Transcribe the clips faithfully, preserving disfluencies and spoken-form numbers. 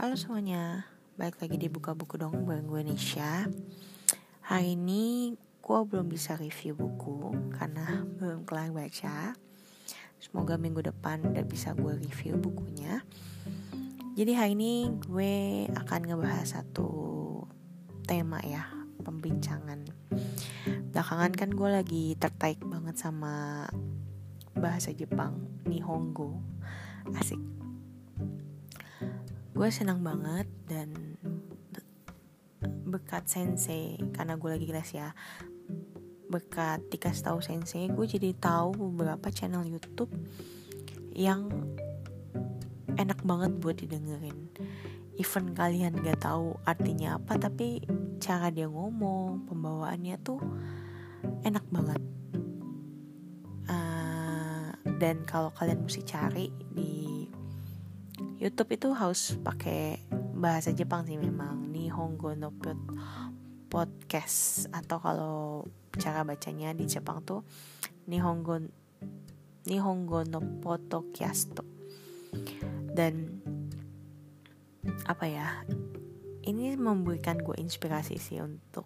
Halo semuanya, balik lagi di Buka Buku Dong bareng gue Nisha. Hari ini gue belum bisa review buku karena belum kelar baca. Semoga minggu depan udah bisa gue review bukunya. Jadi hari ini gue akan ngebahas satu tema ya, pembincangan. Belakangan kan gue lagi tertarik banget sama bahasa Jepang, Nihongo. Asik. Gue senang banget dan berkat sensei, karena gue lagi kelas ya, berkat dikasih tahu sensei, gue jadi tahu beberapa channel YouTube yang enak banget buat didengerin. Even kalian gak tahu artinya apa, tapi cara dia ngomong, pembawaannya tuh enak banget. Uh, dan kalau kalian mesti cari di YouTube itu harus pakai bahasa Jepang sih memang, Nihongo no podcast, atau kalau cara bacanya di Jepang tuh Nihongo Nihongo no podcast. Dan apa ya, ini memberikan gue inspirasi sih untuk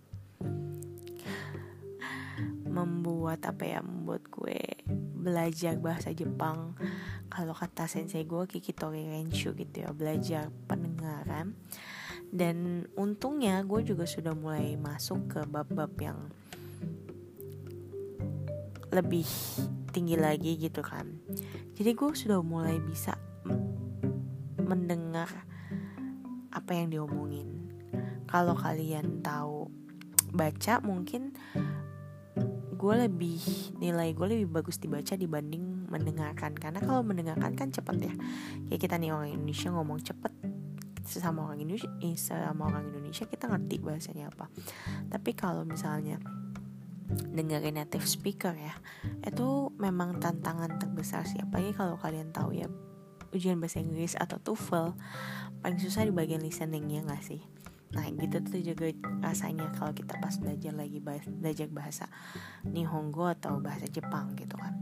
membuat apa ya, membuat gue belajar bahasa Jepang. Kalau kata sensei gue, Kikitori Renshu gitu ya, belajar pendengaran. Dan untungnya gue juga sudah mulai masuk ke bab-bab yang lebih tinggi lagi gitu kan. Jadi gue sudah mulai bisa mendengar apa yang diomongin. Kalau kalian tahu baca, mungkin gue lebih nilai gue lebih bagus dibaca dibanding mendengarkan, karena kalau mendengarkan kan cepet ya, kayak kita nih orang Indonesia ngomong cepet, sesama orang Indonesia eh, sesama orang Indonesia kita ngerti bahasanya apa. Tapi kalau misalnya dengerin native speaker ya, itu memang tantangan terbesar sih. Apalagi kalau kalian tahu ya, ujian bahasa Inggris atau TOEFL paling susah di bagian listeningnya nggak sih? Nah gitu tuh juga rasanya kalau kita pas belajar lagi bahasa, belajar bahasa Nihongo atau bahasa Jepang gitu kan.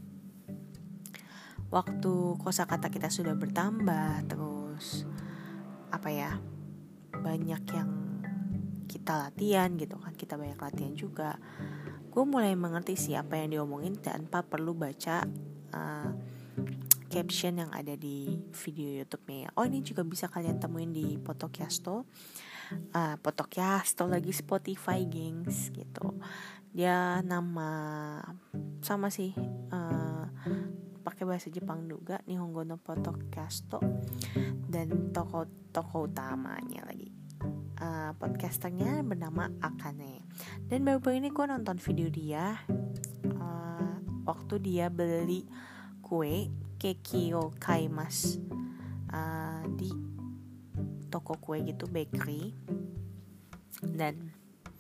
Waktu kosakata kita sudah bertambah, terus apa ya, banyak yang kita latihan gitu kan, kita banyak latihan juga. Gue mulai mengerti sih apa yang diomongin tanpa perlu baca uh, caption yang ada di video YouTube-nya. Oh, ini juga bisa kalian temuin di Podcasto. Uh, Podcasto lagi Spotify, gengs gitu. Dia nama sama sih, uh, pakai bahasa Jepang juga, Nihongo no Podcasto. Dan toko toko utamanya lagi, uh, podcasternya bernama Akane. Dan baru-baru ini gue nonton video dia uh, waktu dia beli kue Keki o Kaimas uh, di toko kue gitu, bakery. Dan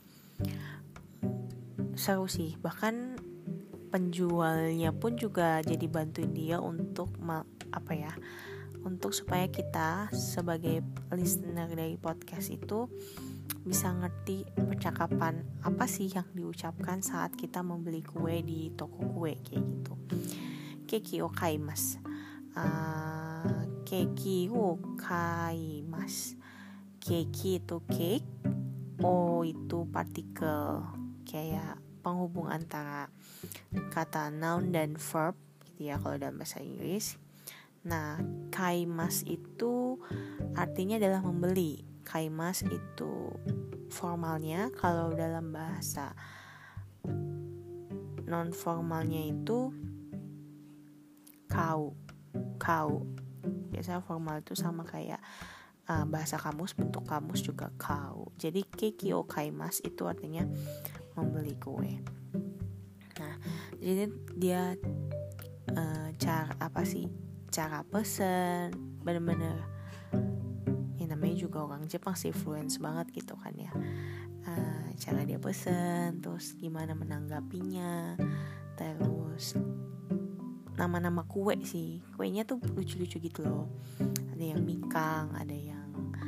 seru sih, bahkan penjualnya pun juga jadi bantuin dia untuk ma- apa ya, untuk supaya kita sebagai listener dari podcast itu bisa ngerti percakapan apa sih yang diucapkan saat kita membeli kue di toko kue kayak gitu. Keki o kaimasu. Uh, keki o kaimasu. Keki itu cake, o itu partikel, kayak penghubung antara kata noun dan verb gitu ya kalau dalam bahasa Inggris. Nah, kaimas itu artinya adalah membeli. Kaimas itu formalnya, kalau dalam bahasa non formalnya itu kau. Kau. Biasanya formal itu sama kayak uh, bahasa kamus, bentuk kamus juga kau. Jadi keki o kaimas itu artinya membeli kue. Nah, jadi dia uh, cara apa sih? Cara pesen bener-bener ya, namanya juga orang Jepang sih, fluence banget gitu kan ya. Uh, cara dia pesen, terus gimana menanggapinya, terus nama-nama kue sih, kuenya tuh lucu-lucu gitu loh. Ada yang mikang, ada yang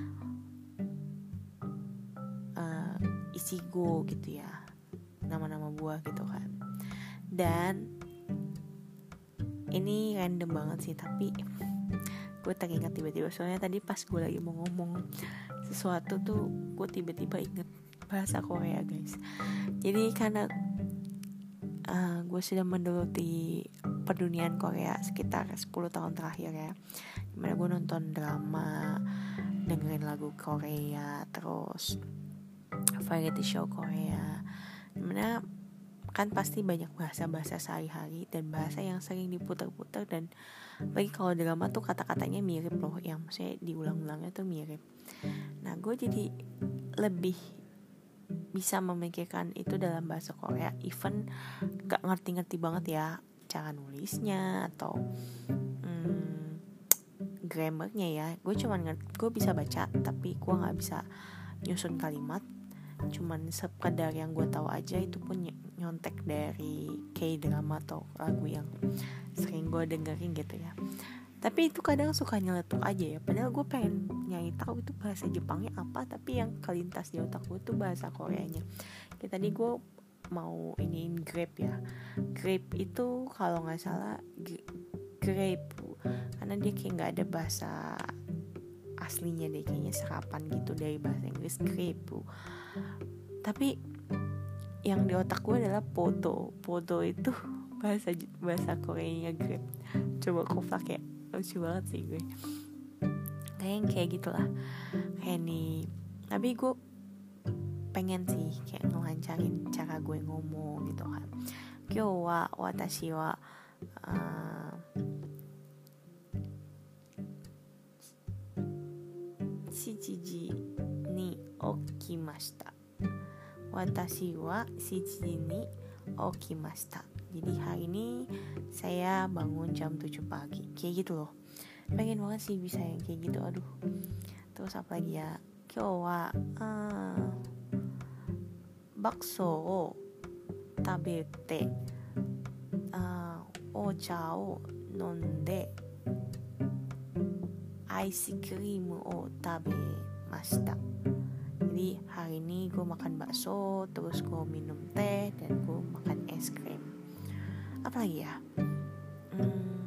uh, isigo gitu ya, nama-nama buah gitu kan. Dan ini random banget sih, tapi gue teringat tiba-tiba, soalnya tadi pas gue lagi mau ngomong sesuatu tuh gue tiba-tiba inget bahasa Korea guys. Jadi karena uh, gue sudah mengeluti perdunian Korea sekitar sepuluh tahun terakhir ya, dimana gue nonton drama, dengerin lagu Korea, terus variety show Korea, dimana kan pasti banyak bahasa-bahasa sehari-hari dan bahasa yang sering diputar-putar, dan bagi kalau drama tuh kata-katanya mirip loh, yang maksudnya diulang-ulangnya tuh mirip. Nah gue jadi lebih bisa memikirkan itu dalam bahasa Korea, even gak ngerti-ngerti banget ya cara nulisnya atau hmm, grammarnya ya. Gue cuman ngerti, gue bisa baca tapi gue gak bisa nyusun kalimat. Cuman sekedar yang gue tahu aja, itu pun nyontek dari K-drama atau lagu yang sering gue dengerin gitu ya. Tapi itu kadang suka nyeletuk aja ya, padahal gue pengen nyari tahu itu bahasa Jepangnya apa, tapi yang kelintas di otak gue tuh bahasa Koreanya. Kayak tadi gue mau iniin grape ya. Grape itu kalau nggak salah g- grape, karena dia kayak nggak ada bahasa aslinya deh, kayaknya serapan gitu dari bahasa Inggris grape. Tapi yang di otak gue adalah poto. Poto itu bahasa bahasa Koreanya grape. Coba koplak ya, lucu banget sih gue. Kayak kayak gitulah. Kayak nih. Tapi gue pengen sih kayak ngelancarin cara gue ngomong gitu kan. Kyou wa watashi wa uh, shichiji ni okimashita. Watashi wa shichiji ni okimashita. Jadi hari ini saya bangun jam tujuh pagi. Kayak gitu loh. Pengen banget sih bisa yang kayak gitu. Aduh. Terus apa lagi ya? Kyou wa uh, bakso o tabete uh, ocha o nonde ice cream o tabemashita. Jadi hari ini gue makan bakso, terus gue minum teh, dan gue makan es krim. Apa lagi ya? Hmm,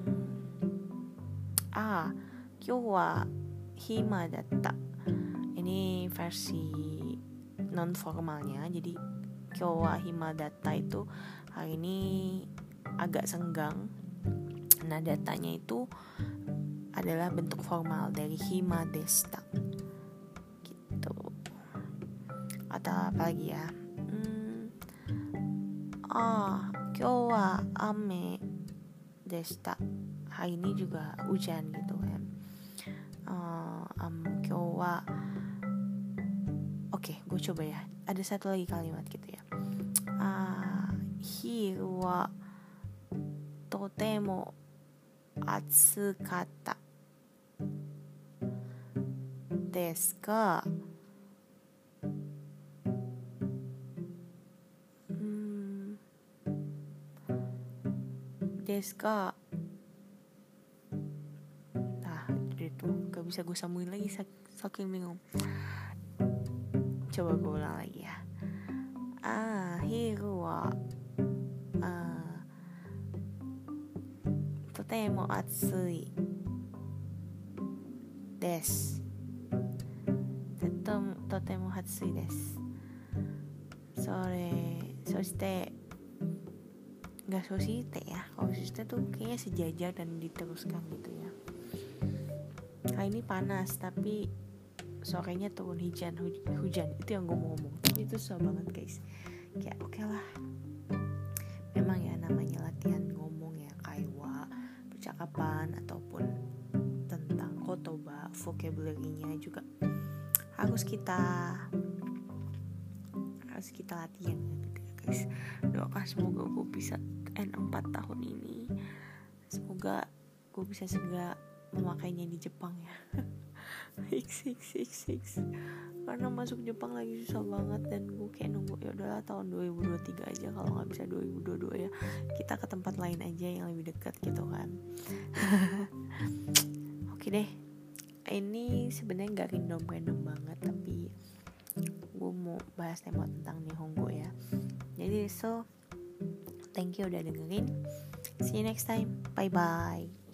ah, kyou wa hima datta. Ini versi non formalnya. Jadi kyou wa hima datta itu hari ini agak senggang. Nah datanya itu adalah bentuk formal dari hima deshita gitu. Atau apa lagi ya? Hmm, ah, kyou wa ame deshita. Hari ini juga hujan gitu kan. Uh, um, kyou wa Oke, okay, gue coba ya. Ada satu lagi kalimat gitu ya. Ah, hiru wa totemo atsukata desu ka? Hmm, desu ka? Nah, itu gak bisa gue sambungin lagi, saking bingung. Coba gue ulang lagi ya. Ah, hiru wa ah, totemo atsui desu. Totemo atsui desu. Sore, soshite, gak soshite ya. Kalau soshite tuh kayaknya sejajar dan diteruskan gitu ya. Hari ini panas tapi sorenya turun hujan, huj- hujan itu yang gue mau ngomong. Tapi itu susah banget guys. Kayak oke okay lah. Memang ya namanya latihan ngomong ya, kaiwa, percakapan ataupun tentang kotoba, vocabulary-nya juga harus kita harus kita latihan gitu ya guys. Doakan semoga gue bisa N empat tahun ini. Semoga gue bisa segera memakainya di Jepang ya. Hix hix hix hix. Karena masuk Jepang lagi susah banget, dan gue kayak nunggu ya udahlah tahun dua ribu dua puluh tiga aja, kalau nggak bisa dua ribu dua puluh dua ya kita ke tempat lain aja yang lebih dekat gitu kan. Oke deh, ini sebenarnya nggak random random banget, tapi gue mau bahas tema tentang Nihongo ya. Jadi so thank you udah dengerin. See you next time. Bye bye.